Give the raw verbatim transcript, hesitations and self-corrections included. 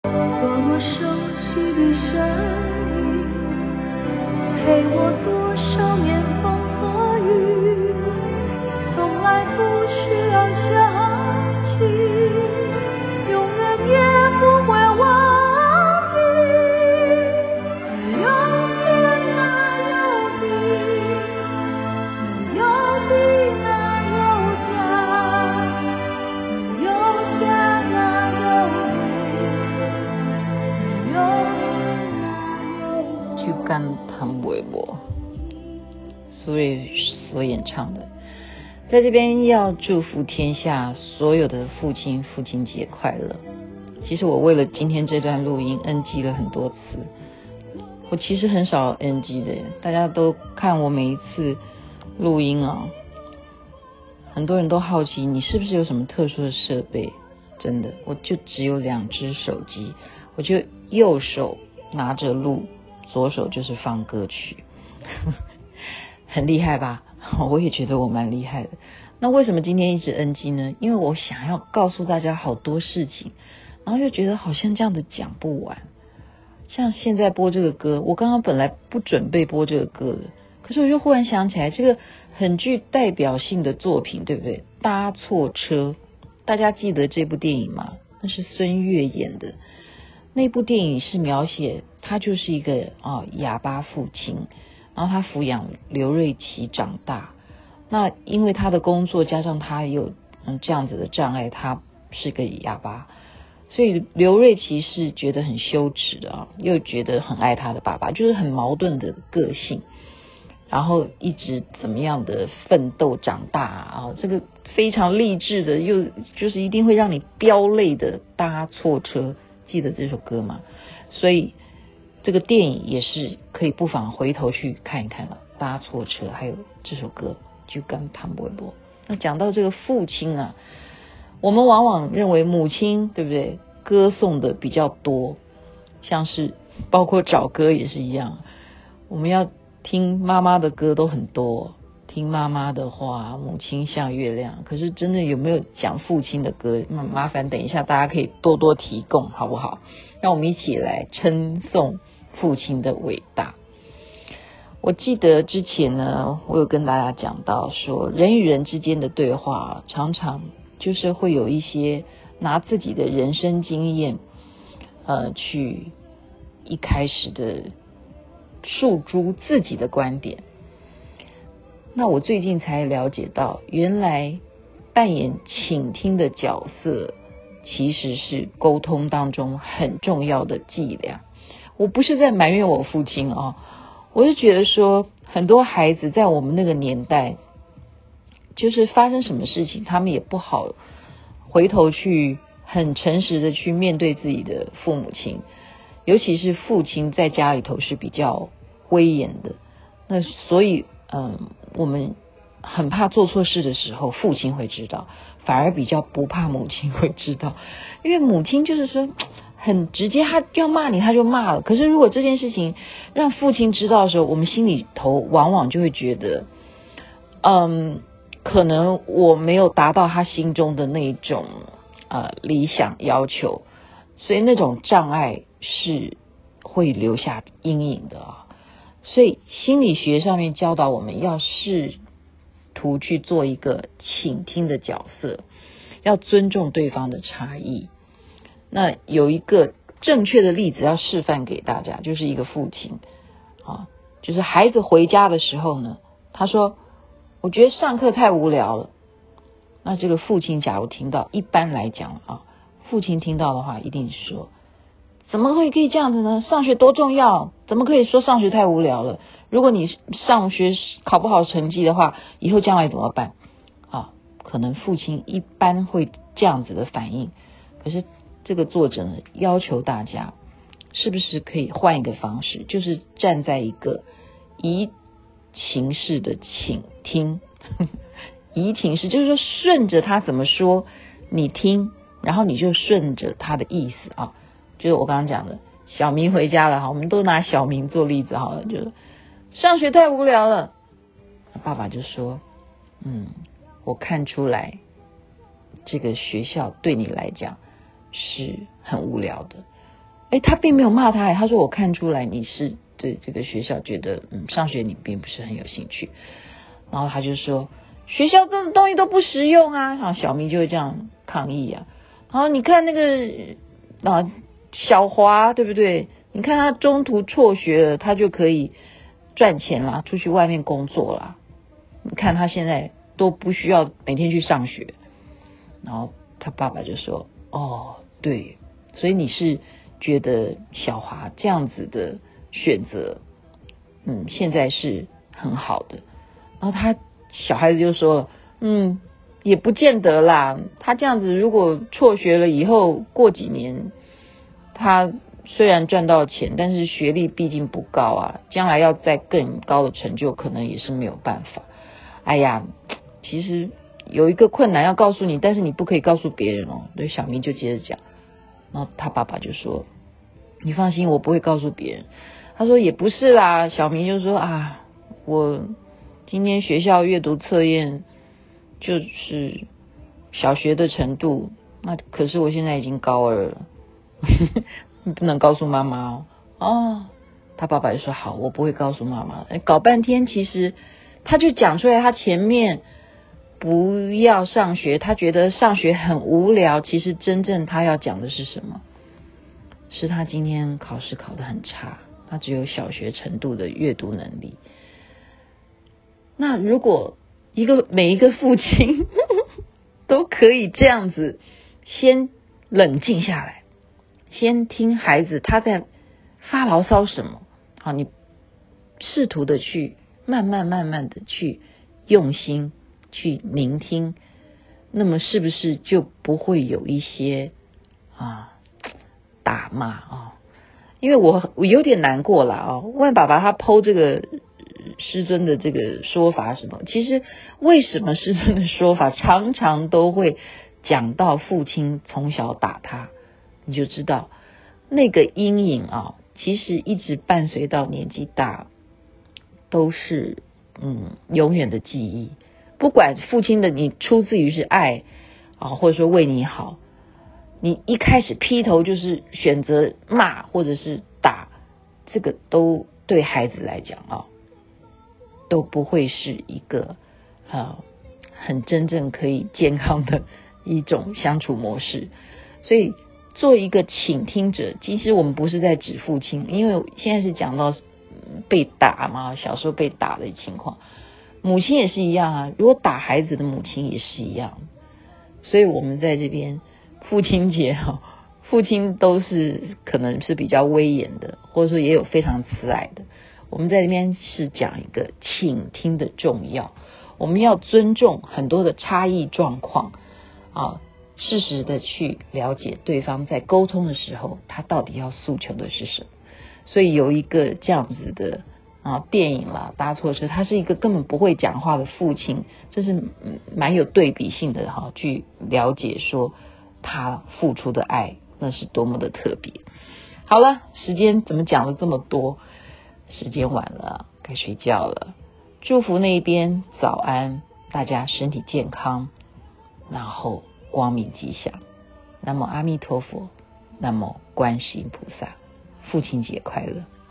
多么熟悉的声音，陪我多少年风和雨，从来不需要想起，永远也不会忘记。有天哪有地，有地哪有家，有家哪有地， 就甘汤微博苏芮所演唱的。在这边要祝福天下所有的父亲父亲节快乐。其实我为了今天这段录音 N G 了很多次，我其实很少 N G 的，大家都看我每一次录音啊，很多人都好奇你是不是有什么特殊的设备。真的，我就只有两只手机，我就右手拿着录，左手就是放歌曲很厉害吧？我也觉得我蛮厉害的。那为什么今天一直 N G 呢？因为我想要告诉大家好多事情，然后又觉得好像这样子讲不完。像现在播这个歌，我刚刚本来不准备播这个歌的，可是我就忽然想起来，这个很具代表性的作品，对不对？搭错车，大家记得这部电影吗？那是孙越演的。那部电影是描写他就是一个啊哑巴父亲，然后他抚养刘瑞琦长大。那因为他的工作加上他有嗯这样子的障碍，他是个哑巴，所以刘瑞琦是觉得很羞耻的啊，又觉得很爱他的爸爸，就是很矛盾的个性。然后一直怎么样的奋斗长大啊，这个非常励志的，又就是一定会让你飙泪的搭错车，记得这首歌吗？所以这个电影也是可以不妨回头去看一看了，搭错车还有这首歌就跟唐伯伯。那讲到这个父亲啊，我们往往认为母亲对不对歌颂的比较多，像是包括找歌也是一样，我们要听妈妈的歌都很多，听妈妈的话，母亲像月亮。可是真的有没有讲父亲的歌？那麻烦等一下大家可以多多提供，好不好？让我们一起来称颂父亲的伟大。我记得之前呢，我有跟大家讲到说，人与人之间的对话常常就是会有一些拿自己的人生经验呃，去一开始的诉诸自己的观点。那我最近才了解到，原来扮演倾听的角色其实是沟通当中很重要的伎俩。我不是在埋怨我父亲啊，我是觉得说很多孩子在我们那个年代，就是发生什么事情他们也不好回头去很诚实的去面对自己的父母亲，尤其是父亲在家里头是比较威严的，那所以嗯，我们很怕做错事的时候父亲会知道，反而比较不怕母亲会知道，因为母亲就是说很直接，他要骂你他就骂了。可是如果这件事情让父亲知道的时候，我们心里头往往就会觉得嗯，可能我没有达到他心中的那种呃理想要求，所以那种障碍是会留下阴影的啊。所以心理学上面教导我们要试图去做一个倾听的角色，要尊重对方的差异。那有一个正确的例子要示范给大家，就是一个父亲啊，就是孩子回家的时候呢，他说我觉得上课太无聊了。那这个父亲假如听到，一般来讲啊，父亲听到的话一定说，怎么会可以这样子呢？上学多重要，怎么可以说上学太无聊了？如果你上学考不好成绩的话，以后将来怎么办啊？可能父亲一般会这样子的反应。可是这个作者呢，要求大家是不是可以换一个方式，就是站在一个移情式的倾听移情式就是说顺着他怎么说你听，然后你就顺着他的意思啊。就是我刚刚讲的小明回家了哈，我们都拿小明做例子好了，就是上学太无聊了，爸爸就说嗯，我看出来这个学校对你来讲是很无聊的， 哎，他并没有骂他，他说我看出来你是对这个学校觉得嗯上学你并不是很有兴趣，然后他就说学校这种东西都不实用啊，然后小明就会这样抗议啊，然后你看那个啊小华对不对？你看他中途辍学了，他就可以赚钱啦，出去外面工作啦。你看他现在都不需要每天去上学。然后他爸爸就说：“哦，对，所以你是觉得小华这样子的选择，嗯，现在是很好的。”然后他小孩子就说了：“嗯，也不见得啦。他这样子如果辍学了以后，过几年他。”虽然赚到钱，但是学历毕竟不高啊，将来要再更高的成就，可能也是没有办法。哎呀，其实有一个困难要告诉你，但是你不可以告诉别人哦。对，小明就接着讲，然后他爸爸就说：“你放心，我不会告诉别人。”他说：“也不是啦。”小明就说：“啊，我今天学校阅读测验就是小学的程度，那可是我现在已经高二了。”你不能告诉妈妈哦。哦，他爸爸就说好，我不会告诉妈妈。搞半天，其实他就讲出来，他前面不要上学，他觉得上学很无聊。其实真正他要讲的是什么？是他今天考试考得很差，他只有小学程度的阅读能力。那如果一个每一个父亲都可以这样子，先冷静下来。先听孩子他在发牢骚什么，好，你试图的去慢慢慢慢的去用心去聆听，那么是不是就不会有一些啊打骂啊？因为我我有点难过了啊。万爸爸他剖这个师尊的这个说法什么，其实为什么师尊的说法常常都会讲到父亲从小打他，你就知道那个阴影啊，其实一直伴随到年纪大，都是嗯永远的记忆。不管父亲的你出自于是爱啊，或者说为你好，你一开始劈头就是选择骂或者是打，这个都对孩子来讲啊，都不会是一个啊很真正可以健康的一种相处模式。所以做一个倾听者，其实我们不是在指父亲，因为现在是讲到被打嘛，小时候被打的情况，母亲也是一样啊，如果打孩子的母亲也是一样。所以我们在这边父亲节哈，父亲都是可能是比较威严的，或者说也有非常慈爱的。我们在这边是讲一个倾听的重要，我们要尊重很多的差异状况啊，适时的去了解对方在沟通的时候，他到底要诉求的是什么。所以有一个这样子的啊电影啦，搭错车，他是一个根本不会讲话的父亲，这是蛮有对比性的哈，去了解说他付出的爱那是多么的特别。好了，时间怎么讲了这么多？时间晚了，该睡觉了。祝福那边早安，大家身体健康，然后光明吉祥。南无阿弥陀佛，南无观世音菩萨，父亲节快乐。